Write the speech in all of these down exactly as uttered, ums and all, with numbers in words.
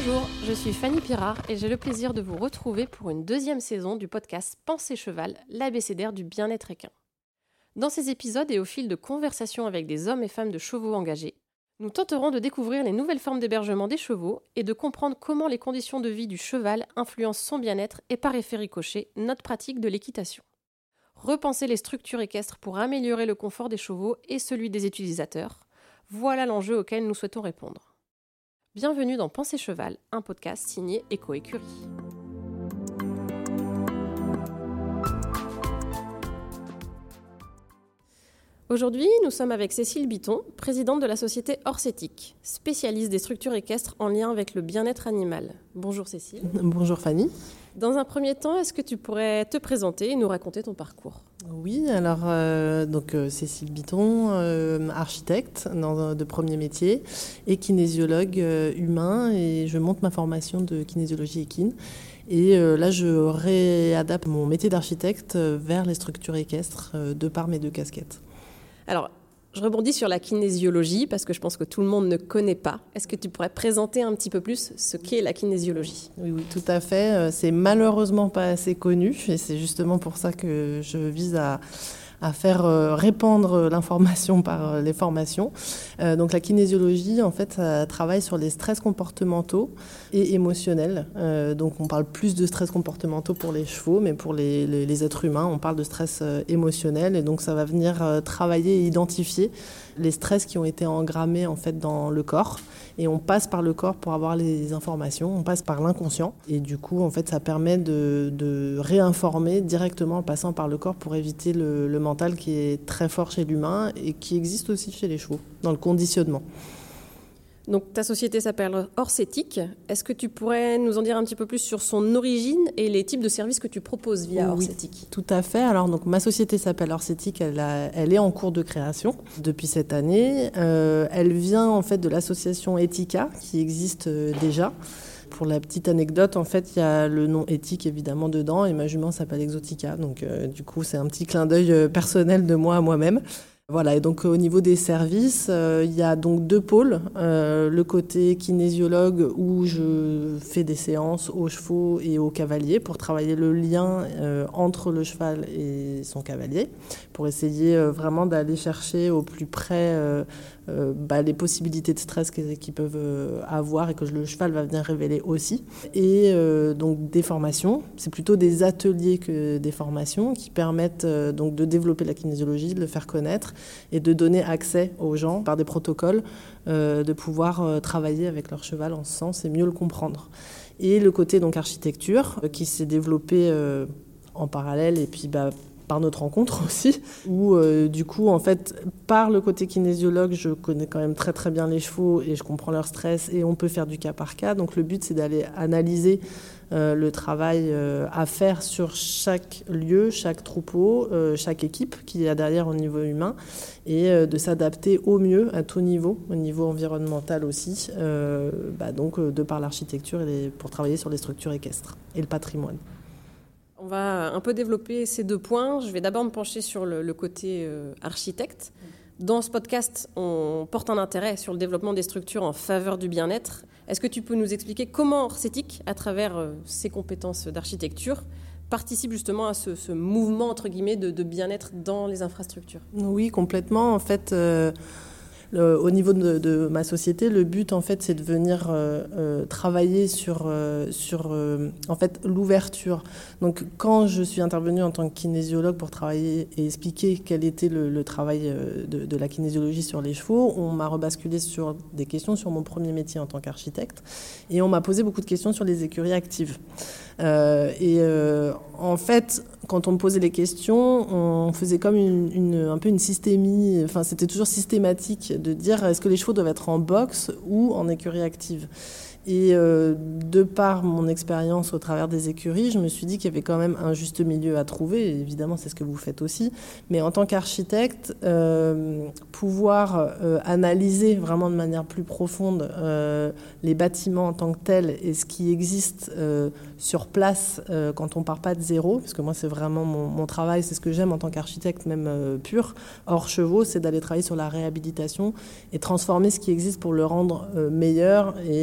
Bonjour, je suis Fanny Pirard et j'ai le plaisir de vous retrouver pour une deuxième saison du podcast Pensée Cheval, l'abécédaire du bien-être équin. Dans ces épisodes et au fil de conversations avec des hommes et femmes de chevaux engagés, nous tenterons de découvrir les nouvelles formes d'hébergement des chevaux et de comprendre comment les conditions de vie du cheval influencent son bien-être et par effet ricochet notre pratique de l'équitation. Repenser les structures équestres pour améliorer le confort des chevaux et celui des utilisateurs, voilà l'enjeu auquel nous souhaitons répondre. Bienvenue dans Pensée Cheval, un podcast signé Éco-Écurie. Aujourd'hui, nous sommes avec Cécile Bitton, présidente de la société Orcétique, spécialiste des structures équestres en lien avec le bien-être animal. Bonjour Cécile. Bonjour Fanny. Dans un premier temps, est-ce que tu pourrais te présenter et nous raconter ton parcours ? Oui, alors euh, donc euh, Cécile Bitton, euh, architecte dans, de premier métier et kinésiologue euh, humain, et je monte ma formation de kinésiologie équine. Et euh, là, je réadapte mon métier d'architecte vers les structures équestres euh, de par mes deux casquettes. Alors, je rebondis sur la kinésiologie parce que je pense que tout le monde ne connaît pas. Est-ce que tu pourrais présenter un petit peu plus ce qu'est la kinésiologie ? Oui, oui, tout à fait. C'est malheureusement pas assez connu et c'est justement pour ça que je vise à, à faire répandre l'information par les formations. Euh, donc la kinésiologie, en fait, ça travaille sur les stress comportementaux et émotionnels. Euh, donc on parle plus de stress comportementaux pour les chevaux, mais pour les, les, les êtres humains, on parle de stress euh, émotionnel. Et donc ça va venir euh, travailler et identifier les stress qui ont été engrammés en fait dans le corps. Et on passe par le corps pour avoir les informations, on passe par l'inconscient. Et du coup, en fait, ça permet de, de réinformer directement en passant par le corps pour éviter le, le mental qui est très fort chez l'humain et qui existe aussi chez les chevaux, dans le conditionnement. Donc ta société s'appelle Orcétique. Est-ce que tu pourrais nous en dire un petit peu plus sur son origine et les types de services que tu proposes via oui, Orcétique ? Tout à fait. Alors donc ma société s'appelle Orcétique. Elle, a, elle est en cours de création depuis cette année. Euh, elle vient en fait de l'association Etika qui existe déjà. Pour la petite anecdote, en fait, il y a le nom éthique évidemment dedans et ma jument s'appelle Exotica. Donc euh, du coup, c'est un petit clin d'œil personnel de moi à moi-même. Voilà, et donc au niveau des services, euh, il y a donc deux pôles. Euh, le côté kinésiologue où je fais des séances aux chevaux et aux cavaliers pour travailler le lien euh, entre le cheval et son cavalier, pour essayer euh, vraiment d'aller chercher au plus près euh, euh, bah, les possibilités de stress qu'ils, qu'ils peuvent euh, avoir et que le cheval va venir révéler aussi. Et euh, donc des formations, c'est plutôt des ateliers que des formations qui permettent euh, donc de développer la kinésiologie, de le faire connaître et de donner accès aux gens par des protocoles, euh, de pouvoir euh, travailler avec leur cheval en ce sens et mieux le comprendre. Et le côté donc architecture euh, qui s'est développé euh, en parallèle et puis bah, par notre rencontre aussi, où euh, du coup en fait par le côté kinésiologue je connais quand même très très bien les chevaux et je comprends leur stress et on peut faire du cas par cas. Donc le but c'est d'aller analyser Euh, le travail euh, à faire sur chaque lieu, chaque troupeau, euh, chaque équipe qu'il y a derrière au niveau humain et euh, de s'adapter au mieux à tout niveau, au niveau environnemental aussi, euh, bah donc euh, de par l'architecture et les, pour travailler sur les structures équestres et le patrimoine. On va un peu développer ces deux points. Je vais d'abord me pencher sur le, le côté euh, architecte. Dans ce podcast, on porte un intérêt sur le développement des structures en faveur du bien-être. Est-ce que tu peux nous expliquer comment Orcétique, à travers euh, ses compétences d'architecture, participe justement à ce, ce mouvement entre guillemets de, de bien-être dans les infrastructures ? Oui, complètement. En fait, euh, le, au niveau de, de ma société, le but en fait, c'est de venir euh, euh, travailler sur euh, sur euh, en fait l'ouverture. Donc, quand je suis intervenue en tant que kinésiologue pour travailler et expliquer quel était le, le travail de, de la kinésiologie sur les chevaux, on m'a rebasculé sur des questions sur mon premier métier en tant qu'architecte et on m'a posé beaucoup de questions sur les écuries actives. Euh, et euh, en fait, quand on me posait les questions, on faisait comme une, une, un peu une systémie, enfin c'était toujours systématique de dire est-ce que les chevaux doivent être en boxe ou en écurie active. Et euh, de par mon expérience au travers des écuries, je me suis dit qu'il y avait quand même un juste milieu à trouver. Et évidemment, c'est ce que vous faites aussi. Mais en tant qu'architecte, euh, pouvoir euh, analyser vraiment de manière plus profonde euh, les bâtiments en tant que tels et ce qui existe euh, sur place euh, quand on part pas de zéro, parce que moi, c'est vraiment mon, mon travail, c'est ce que j'aime en tant qu'architecte, même euh, pur, hors chevaux, c'est d'aller travailler sur la réhabilitation et transformer ce qui existe pour le rendre euh, meilleur et euh,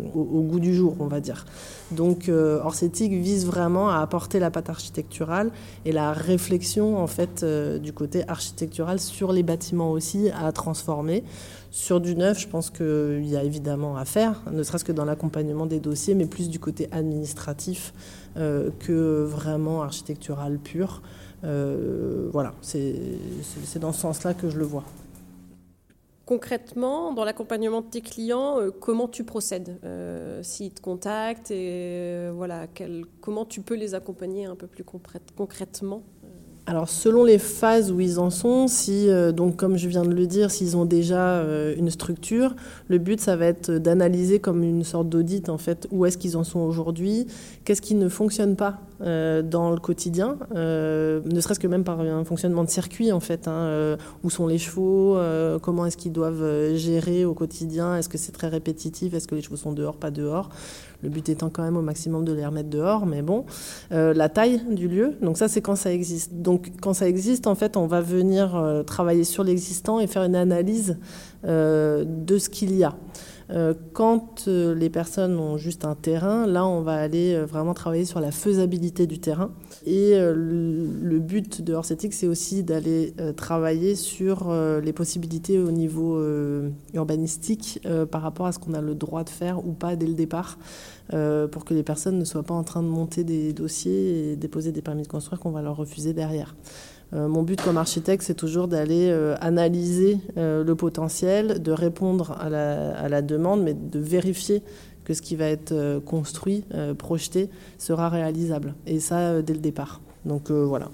au, au goût du jour, on va dire. Donc euh, Orsetic vise vraiment à apporter la patte architecturale et la réflexion en fait euh, du côté architectural sur les bâtiments aussi à transformer. Sur du neuf, je pense qu'il y a évidemment à faire, ne serait-ce que dans l'accompagnement des dossiers, mais plus du côté administratif euh, que vraiment architectural pur. Euh, voilà, c'est, c'est, c'est dans ce sens-là que je le vois. Concrètement, dans l'accompagnement de tes clients, euh, comment tu procèdes euh, s'ils te contactent et euh, voilà, quel, comment tu peux les accompagner un peu plus concrètement? Alors selon les phases où ils en sont, si euh, donc comme je viens de le dire, s'ils ont déjà euh, une structure, le but ça va être d'analyser comme une sorte d'audit en fait où est-ce qu'ils en sont aujourd'hui, qu'est-ce qui ne fonctionne pas euh, dans le quotidien, euh, ne serait-ce que même par un fonctionnement de circuit en fait, hein, euh, où sont les chevaux, euh, comment est-ce qu'ils doivent gérer au quotidien, est-ce que c'est très répétitif, est-ce que les chevaux sont dehors, pas dehors. Le but étant quand même au maximum de les remettre dehors, mais bon. Euh, la taille du lieu, donc ça c'est quand ça existe. Donc quand ça existe, en fait, on va venir euh, travailler sur l'existant et faire une analyse euh, de ce qu'il y a. Euh, quand euh, les personnes ont juste un terrain, là on va aller euh, vraiment travailler sur la faisabilité du terrain. Et euh, le, le but de Orsetic, c'est aussi d'aller euh, travailler sur euh, les possibilités au niveau euh, urbanistique euh, par rapport à ce qu'on a le droit de faire ou pas dès le départ, euh, pour que les personnes ne soient pas en train de monter des dossiers et déposer des permis de construire qu'on va leur refuser derrière. Euh, mon but comme architecte, c'est toujours d'aller euh, analyser euh, le potentiel, de répondre à la, à la demande, mais de vérifier que ce qui va être euh, construit, euh, projeté, sera réalisable. Et ça, euh, dès le départ. Donc euh, voilà.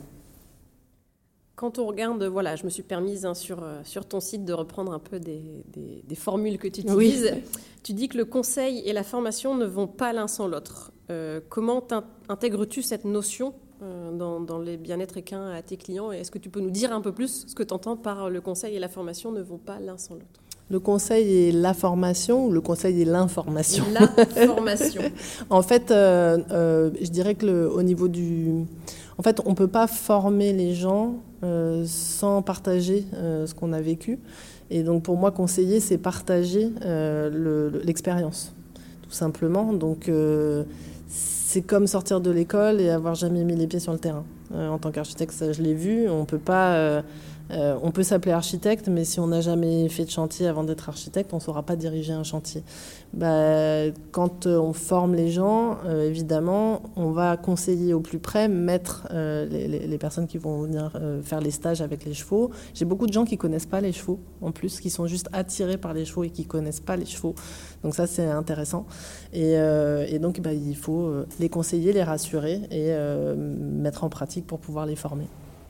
Quand on regarde, voilà, je me suis permise hein, sur, sur ton site de reprendre un peu des, des, des formules que tu utilises. Oui. Tu dis que le conseil et la formation ne vont pas l'un sans l'autre. Euh, comment intègres-tu cette notion euh, dans, dans les bien-être équins à tes clients? Et est-ce que tu peux nous dire un peu plus ce que tu entends par le conseil et la formation ne vont pas l'un sans l'autre? Le conseil et la formation ou le conseil et l'information? La formation. En fait, euh, euh, je dirais que le, au niveau du... En fait, on ne peut pas former les gens euh, sans partager euh, ce qu'on a vécu. Et donc, pour moi, conseiller, c'est partager euh, le, l'expérience, tout simplement. Donc, euh, c'est comme sortir de l'école et avoir jamais mis les pieds sur le terrain. Euh, en tant qu'architecte, ça, je l'ai vu. On peut pas... Euh, Euh, on peut s'appeler architecte, mais si on n'a jamais fait de chantier avant d'être architecte, on ne saura pas diriger un chantier. Bah, quand on forme les gens, euh, évidemment, on va conseiller au plus près, mettre euh, les, les, les personnes qui vont venir euh, faire les stages avec les chevaux. J'ai beaucoup de gens qui ne connaissent pas les chevaux, en plus, qui sont juste attirés par les chevaux et qui ne connaissent pas les chevaux. Donc ça, c'est intéressant. Et, euh, et donc, bah, il faut les conseiller, les rassurer et euh, mettre en pratique pour pouvoir les former.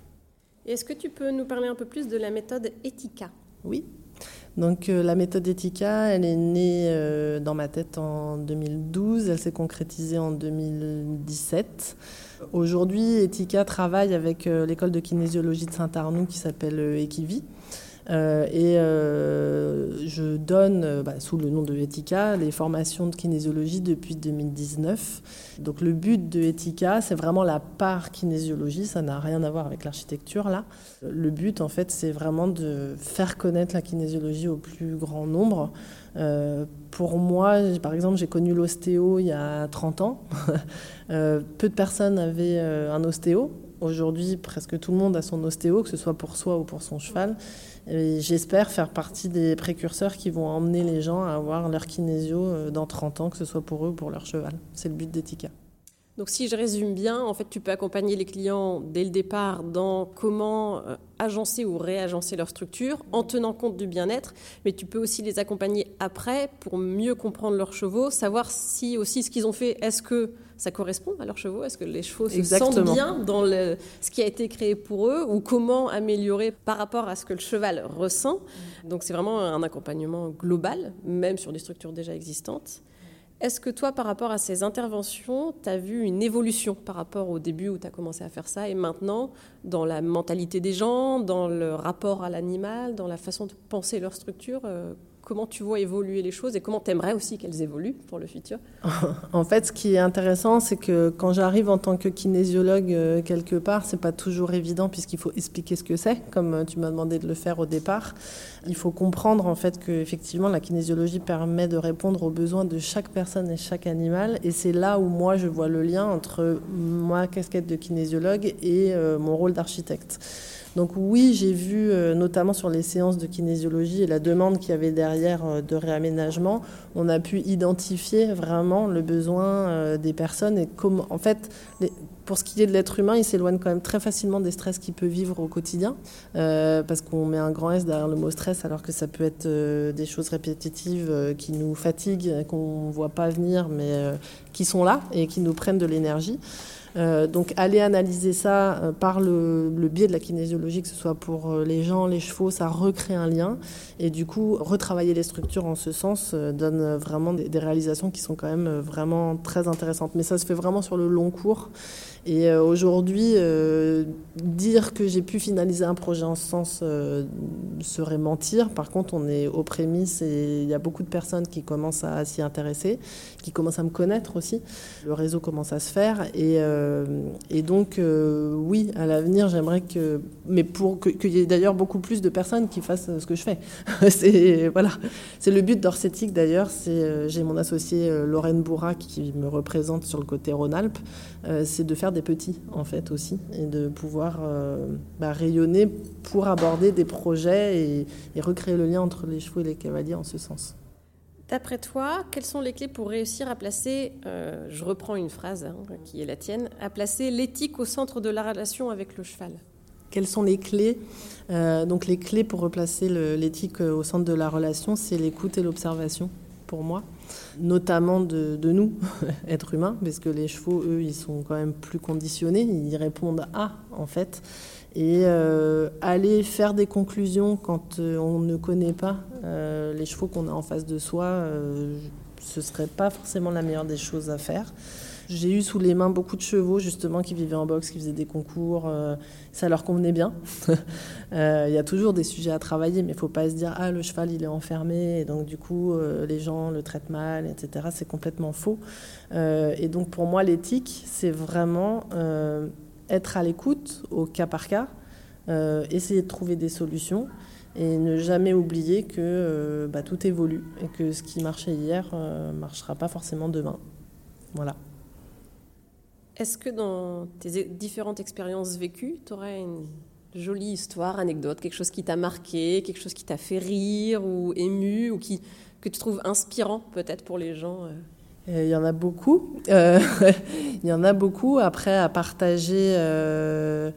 Est-ce que tu peux nous parler un peu plus de la méthode Etika? Oui. Donc euh, la méthode Etika, elle est née euh, dans ma tête en deux mille douze, elle s'est concrétisée en deux mille dix-sept. Aujourd'hui, Etika travaille avec euh, l'école de kinésiologie de Saint-Arnoux qui s'appelle euh, Ekivi. Euh, et euh, je donne, euh, bah, sous le nom de Etika, les formations de kinésiologie depuis deux mille dix-neuf. Donc le but de Etika, c'est vraiment la part kinésiologie, ça n'a rien à voir avec l'architecture là. Le but en fait, c'est vraiment de faire connaître la kinésiologie au plus grand nombre. Euh, pour moi, par exemple, j'ai connu l'ostéo il y a trente ans. euh, peu de personnes avaient euh, un ostéo. Aujourd'hui, presque tout le monde a son ostéo, que ce soit pour soi ou pour son cheval. Et j'espère faire partie des précurseurs qui vont emmener les gens à avoir leur kinésio dans trente ans, que ce soit pour eux ou pour leur cheval. C'est le but d'Etika. Donc si je résume bien, en fait, tu peux accompagner les clients dès le départ dans comment agencer ou réagencer leur structure en tenant compte du bien-être, mais tu peux aussi les accompagner après pour mieux comprendre leurs chevaux, savoir si aussi ce qu'ils ont fait, est-ce que ça correspond à leurs chevaux, est-ce que les chevaux se Exactement. sentent bien dans le, ce qui a été créé pour eux, ou comment améliorer par rapport à ce que le cheval ressent. Donc c'est vraiment un accompagnement global, même sur des structures déjà existantes. Est-ce que toi, par rapport à ces interventions, tu as vu une évolution par rapport au début où tu as commencé à faire ça et maintenant, dans la mentalité des gens, dans le rapport à l'animal, dans la façon de penser leur structure euh, comment tu vois évoluer les choses et comment tu aimerais aussi qu'elles évoluent pour le futur? En fait, ce qui est intéressant, c'est que quand j'arrive en tant que kinésiologue euh, quelque part, c'est pas toujours évident puisqu'il faut expliquer ce que c'est, comme tu m'as demandé de le faire au départ. Il faut comprendre en fait que effectivement la kinésiologie permet de répondre aux besoins de chaque personne et chaque animal, et c'est là où moi je vois le lien entre ma casquette de kinésiologue et euh, mon rôle d'architecte. Donc oui, j'ai vu, euh, notamment sur les séances de kinésiologie et la demande qu'il y avait derrière euh, de réaménagement, on a pu identifier vraiment le besoin euh, des personnes et comment, en fait, les, pour ce qui est de l'être humain, il s'éloigne quand même très facilement des stress qu'il peut vivre au quotidien, euh, parce qu'on met un grand S derrière le mot stress, alors que ça peut être euh, des choses répétitives euh, qui nous fatiguent, qu'on ne voit pas venir, mais euh, qui sont là et qui nous prennent de l'énergie. Euh, donc aller analyser ça euh, par le, le biais de la kinésiologie, que ce soit pour euh, les gens, les chevaux, ça recrée un lien, et du coup retravailler les structures en ce sens euh, donne vraiment des, des réalisations qui sont quand même euh, vraiment très intéressantes, mais ça se fait vraiment sur le long cours. Et euh, aujourd'hui, euh, dire que j'ai pu finaliser un projet en ce sens euh, serait mentir. Par contre, on est aux prémices et il y a beaucoup de personnes qui commencent à s'y intéresser, qui commencent à me connaître aussi. Le réseau commence à se faire. Et, euh, et donc, euh, oui, à l'avenir, j'aimerais que... Mais pour que, qu'il y ait d'ailleurs beaucoup plus de personnes qui fassent ce que je fais. c'est, voilà. C'est le but d'Orcétique, d'ailleurs. C'est, j'ai mon associée Lorraine Bourra qui me représente sur le côté Rhône-Alpes. Euh, c'est de faire des petits, en fait, aussi, et de pouvoir euh, bah, rayonner pour aborder des projets et, et recréer le lien entre les chevaux et les cavaliers en ce sens. D'après toi, quelles sont les clés pour réussir à placer, euh, je reprends une phrase hein, qui est la tienne, à placer l'éthique au centre de la relation avec le cheval? Quelles sont les clés? euh, Donc les clés pour replacer le, l'éthique au centre de la relation, c'est l'écoute et l'observation, pour moi, notamment de, de nous, êtres humains, parce que les chevaux, eux, ils sont quand même plus conditionnés, ils répondent à, en fait. Et euh, aller faire des conclusions quand euh, on ne connaît pas euh, les chevaux qu'on a en face de soi, euh, ce ne serait pas forcément la meilleure des choses à faire. J'ai eu sous les mains beaucoup de chevaux justement qui vivaient en boxe, qui faisaient des concours, euh, ça leur convenait bien. Il euh, y a toujours des sujets à travailler, mais il ne faut pas se dire « Ah, le cheval, il est enfermé, et donc du coup, euh, les gens le traitent mal, et cetera » C'est complètement faux. Euh, et donc pour moi, l'éthique, c'est vraiment euh, être à l'écoute au cas par cas, euh, essayer de trouver des solutions et ne jamais oublier que euh, bah, tout évolue et que ce qui marchait hier ne euh, marchera pas forcément demain. Voilà. Est-ce que dans tes différentes expériences vécues, tu aurais une jolie histoire, anecdote, quelque chose qui t'a marqué, quelque chose qui t'a fait rire ou ému, ou qui, que tu trouves inspirant peut-être pour les gens? Il y en a beaucoup. Euh, il y en a beaucoup. Après, à partager... Euh,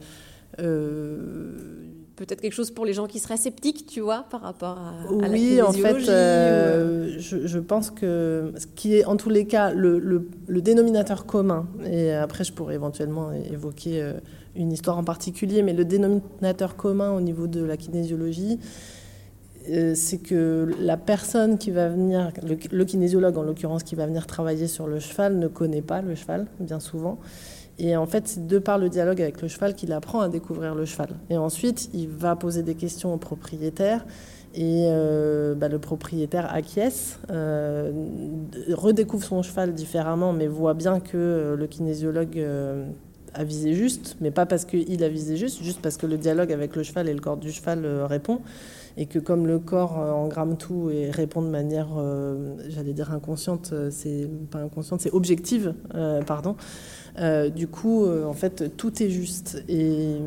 euh, Peut-être quelque chose pour les gens qui seraient sceptiques, tu vois, par rapport à, oui, à la kinésiologie. En fait, euh, ou... je, je pense que ce qui est, en tous les cas, le, le, le dénominateur commun, et après je pourrais éventuellement évoquer euh, une histoire en particulier, mais le dénominateur commun au niveau de la kinésiologie, euh, c'est que la personne qui va venir, le, le kinésiologue en l'occurrence, qui va venir travailler sur le cheval, ne connaît pas le cheval, bien souvent. Et en fait, c'est de par le dialogue avec le cheval qu'il apprend à découvrir le cheval. Et ensuite, il va poser des questions au propriétaire et euh, bah, le propriétaire acquiesce, euh, redécouvre son cheval différemment, mais voit bien que euh, le kinésiologue euh, a visé juste, mais pas parce qu'il a visé juste, juste parce que le dialogue avec le cheval et le corps du cheval euh, répond. Et que comme le corps euh, engramme tout et répond de manière, euh, j'allais dire inconsciente, c'est pas inconsciente, c'est objective, euh, pardon. Euh, du coup, euh, en fait, tout est juste. Et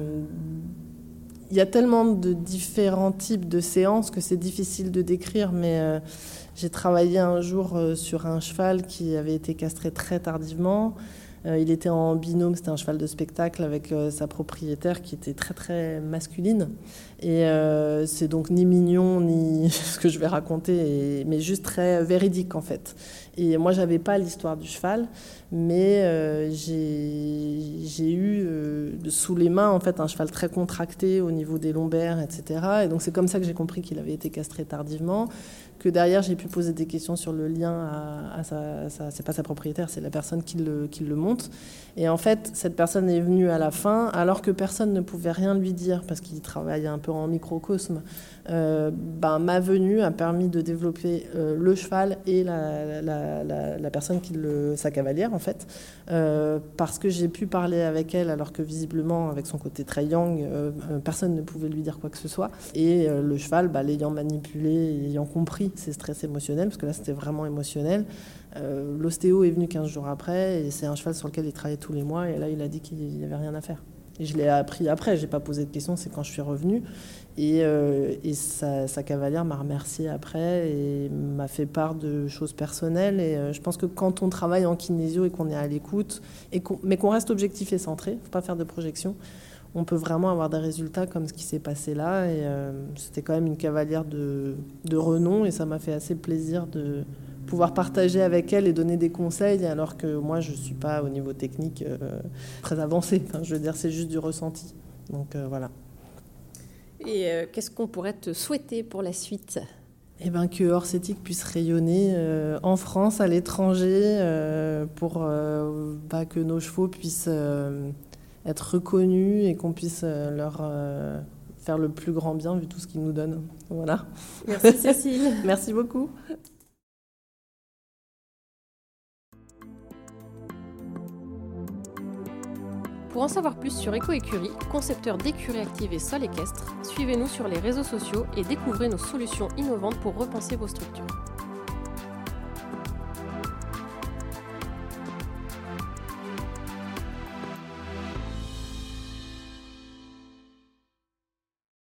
il y a tellement de différents types de séances que c'est difficile de décrire, mais euh, j'ai travaillé un jour euh, sur un cheval qui avait été castré très tardivement. Euh, il était en binôme, c'était un cheval de spectacle avec euh, sa propriétaire qui était très très masculine. Et euh, c'est donc ni mignon ni ce que je vais raconter, et, mais juste très véridique en fait. Et moi, j'avais pas l'histoire du cheval, mais euh, j'ai, j'ai eu euh, sous les mains en fait un cheval très contracté au niveau des lombaires, et cetera. Et donc c'est comme ça que j'ai compris qu'il avait été castré tardivement. que derrière j'ai pu poser des questions sur le lien à, à sa, à sa... C'est pas sa propriétaire, c'est la personne qui le, qui le monte. Et en fait, cette personne est venue à la fin, alors que personne ne pouvait rien lui dire, parce qu'il travaille un peu en microcosme. Euh, ben, ma venue a permis de développer euh, le cheval et la, la, la, la personne qui le... sa cavalière, en fait. Euh, parce que j'ai pu parler avec elle, alors que visiblement, avec son côté très yang, euh, personne ne pouvait lui dire quoi que ce soit. Et euh, le cheval, bah, l'ayant manipulé, ayant compris ses stress émotionnels, parce que là c'était vraiment émotionnel, euh, l'ostéo est venu quinze jours après, et c'est un cheval sur lequel il travaillait tous les mois, et là il a dit qu'il n'y avait rien à faire. Et je l'ai appris après, je n'ai pas posé de questions, c'est quand je suis revenue. Et, euh, et sa, sa cavalière m'a remercié après et m'a fait part de choses personnelles. Et euh, je pense que quand on travaille en kinésio et qu'on est à l'écoute, et qu'on, mais qu'on reste objectif et centré, il ne faut pas faire de projection, on peut vraiment avoir des résultats comme ce qui s'est passé là. Et euh, c'était quand même une cavalière de, de renom et ça m'a fait assez plaisir de pouvoir partager avec elle et donner des conseils, alors que moi, je ne suis pas au niveau technique euh, très avancé. Enfin, je veux dire, c'est juste du ressenti. Donc euh, voilà. Et euh, qu'est-ce qu'on pourrait te souhaiter pour la suite ? Eh ben, que Orsetic puisse rayonner euh, en France, à l'étranger, euh, pour euh, bah, que nos chevaux puissent euh, être reconnus et qu'on puisse euh, leur euh, faire le plus grand bien vu tout ce qu'ils nous donnent. Voilà. Merci Cécile. Merci beaucoup. Pour en savoir plus sur Eco-Écurie, concepteur d'écuries actives et sol équestre, suivez-nous sur les réseaux sociaux et découvrez nos solutions innovantes pour repenser vos structures.